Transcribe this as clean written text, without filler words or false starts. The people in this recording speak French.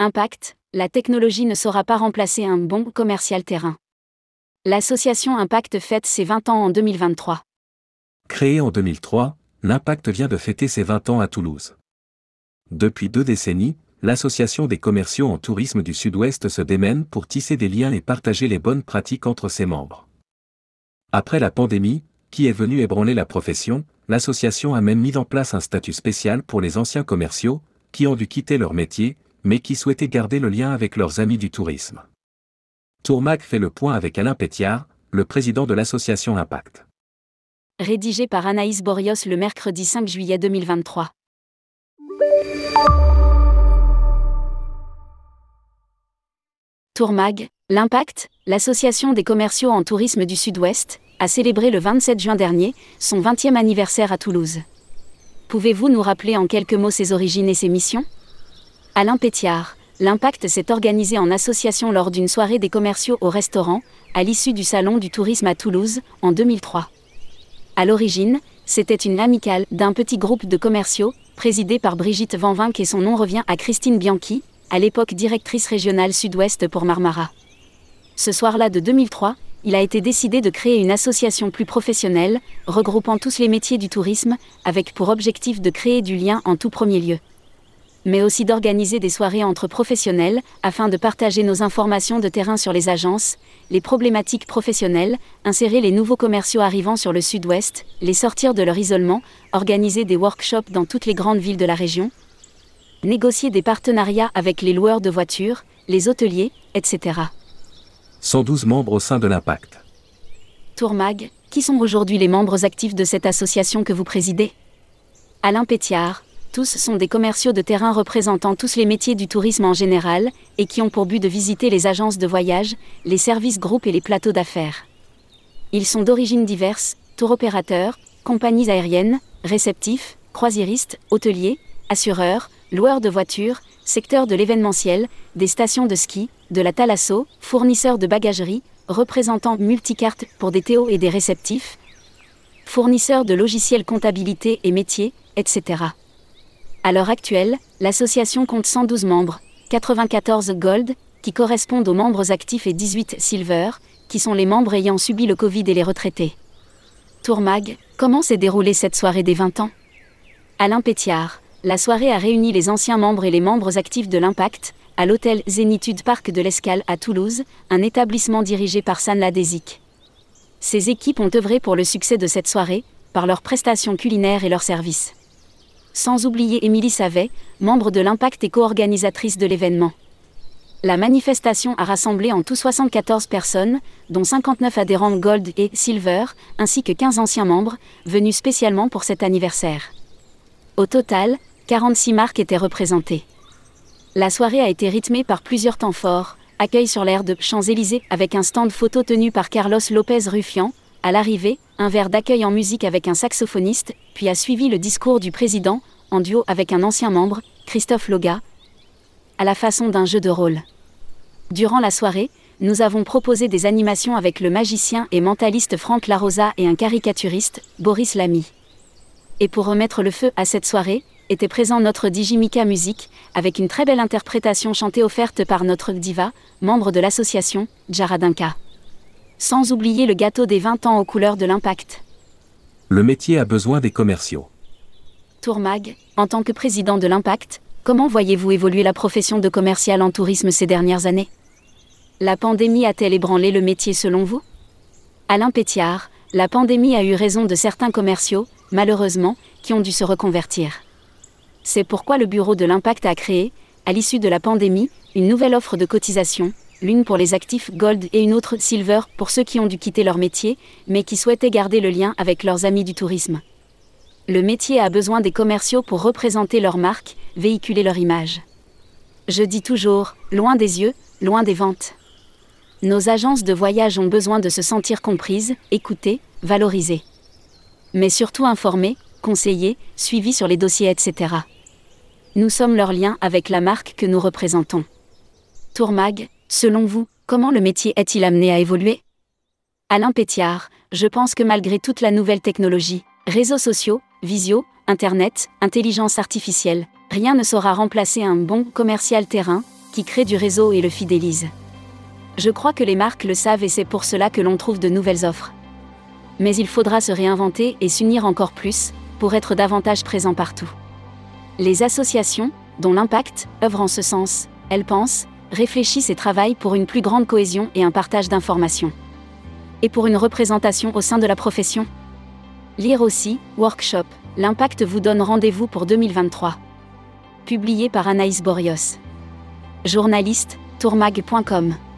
Impact, la technologie ne saura pas remplacer un bon commercial terrain. L'association Impact fête ses 20 ans en 2023. Créée en 2003, l'Impact vient de fêter ses 20 ans à Toulouse. Depuis 2 décennies, l'association des commerciaux en tourisme du Sud-Ouest se démène pour tisser des liens et partager les bonnes pratiques entre ses membres. Après la pandémie, qui est venue ébranler la profession, l'association a même mis en place un statut spécial pour les anciens commerciaux, qui ont dû quitter leur métier, mais qui souhaitaient garder le lien avec leurs amis du tourisme. Tourmag fait le point avec Alain Pétiard, le président de l'association Impact. Rédigé par Anaïs Borios le mercredi 5 juillet 2023. Tourmag, l'Impact, l'association des commerciaux en tourisme du Sud-Ouest, a célébré le 27 juin dernier son 20e anniversaire à Toulouse. Pouvez-vous nous rappeler en quelques mots ses origines et ses missions ? Alain Pétiard, l'Impact s'est organisé en association lors d'une soirée des commerciaux au restaurant, à l'issue du Salon du tourisme à Toulouse, en 2003. À l'origine, c'était une amicale d'un petit groupe de commerciaux, présidé par Brigitte Van Vinck et son nom revient à Christine Bianchi, à l'époque directrice régionale Sud-Ouest pour Marmara. Ce soir-là de 2003, il a été décidé de créer une association plus professionnelle, regroupant tous les métiers du tourisme, avec pour objectif de créer du lien en tout premier lieu. Mais aussi d'organiser des soirées entre professionnels, afin de partager nos informations de terrain sur les agences, les problématiques professionnelles, insérer les nouveaux commerciaux arrivant sur le Sud-Ouest, les sortir de leur isolement, organiser des workshops dans toutes les grandes villes de la région, négocier des partenariats avec les loueurs de voitures, les hôteliers, etc. 112 membres au sein de l'Impact. Tourmag, qui sont aujourd'hui les membres actifs de cette association que vous présidez ? Alain Pétiard, tous sont des commerciaux de terrain représentant tous les métiers du tourisme en général, et qui ont pour but de visiter les agences de voyage, les services groupes et les plateaux d'affaires. Ils sont d'origines diverses, tour opérateurs, compagnies aériennes, réceptifs, croisiéristes, hôteliers, assureurs, loueurs de voitures, secteur de l'événementiel, des stations de ski, de la thalasso, fournisseurs de bagagerie, représentants multicartes pour des TO et des réceptifs, fournisseurs de logiciels comptabilité et métiers, etc. À l'heure actuelle, l'association compte 112 membres, 94 Gold, qui correspondent aux membres actifs et 18 Silver, qui sont les membres ayant subi le Covid et les retraités. Tourmag, comment s'est déroulée cette soirée des 20 ans ? Alain Pétiard, la soirée a réuni les anciens membres et les membres actifs de l'Impact, à l'hôtel Zénitude Parc de l'Escale à Toulouse, un établissement dirigé par Sanla Desic. Ces équipes ont œuvré pour le succès de cette soirée, par leurs prestations culinaires et leurs services. Sans oublier Émilie Savet, membre de l'Impact et co-organisatrice de l'événement. La manifestation a rassemblé en tout 74 personnes, dont 59 adhérents Gold et Silver, ainsi que 15 anciens membres, venus spécialement pour cet anniversaire. Au total, 46 marques étaient représentées. La soirée a été rythmée par plusieurs temps forts, accueil sur l'aire de Champs-Élysées avec un stand photo tenu par Carlos López Rufián. À l'arrivée, un verre d'accueil en musique avec un saxophoniste, puis a suivi le discours du président, en duo avec un ancien membre, Christophe Loga, à la façon d'un jeu de rôle. Durant la soirée, nous avons proposé des animations avec le magicien et mentaliste Franck Larosa et un caricaturiste, Boris Lamy. Et pour remettre le feu à cette soirée, était présent notre DJ Mika Musique, avec une très belle interprétation chantée offerte par notre diva, membre de l'association, Jaradinka. Sans oublier le gâteau des 20 ans aux couleurs de l'Impact. Le métier a besoin des commerciaux. Tourmag, en tant que président de l'Impact, comment voyez-vous évoluer la profession de commercial en tourisme ces dernières années ? La pandémie a-t-elle ébranlé le métier selon vous ? Alain Pétiard, la pandémie a eu raison de certains commerciaux, malheureusement, qui ont dû se reconvertir. C'est pourquoi le bureau de l'Impact a créé, à l'issue de la pandémie, une nouvelle offre de cotisation, l'une pour les actifs Gold et une autre Silver pour ceux qui ont dû quitter leur métier, mais qui souhaitaient garder le lien avec leurs amis du tourisme. Le métier a besoin des commerciaux pour représenter leur marque, véhiculer leur image. Je dis toujours, loin des yeux, loin des ventes. Nos agences de voyage ont besoin de se sentir comprises, écoutées, valorisées. Mais surtout informées, conseillées, suivies sur les dossiers, etc. Nous sommes leur lien avec la marque que nous représentons. Tourmag, selon vous, comment le métier est-il amené à évoluer ? Alain Pétiard, je pense que malgré toute la nouvelle technologie, réseaux sociaux, visio, internet, intelligence artificielle, rien ne saura remplacer un bon commercial terrain, qui crée du réseau et le fidélise. Je crois que les marques le savent et c'est pour cela que l'on trouve de nouvelles offres. Mais il faudra se réinventer et s'unir encore plus, pour être davantage présent partout. Les associations, dont l'Impact, œuvrent en ce sens, elles pensent, réfléchissent et travaillent pour une plus grande cohésion et un partage d'informations. Et pour une représentation au sein de la profession. Lire aussi, workshop, l'Impact vous donne rendez-vous pour 2023. Publié par Anaïs Borios. Journaliste, tourmag.com.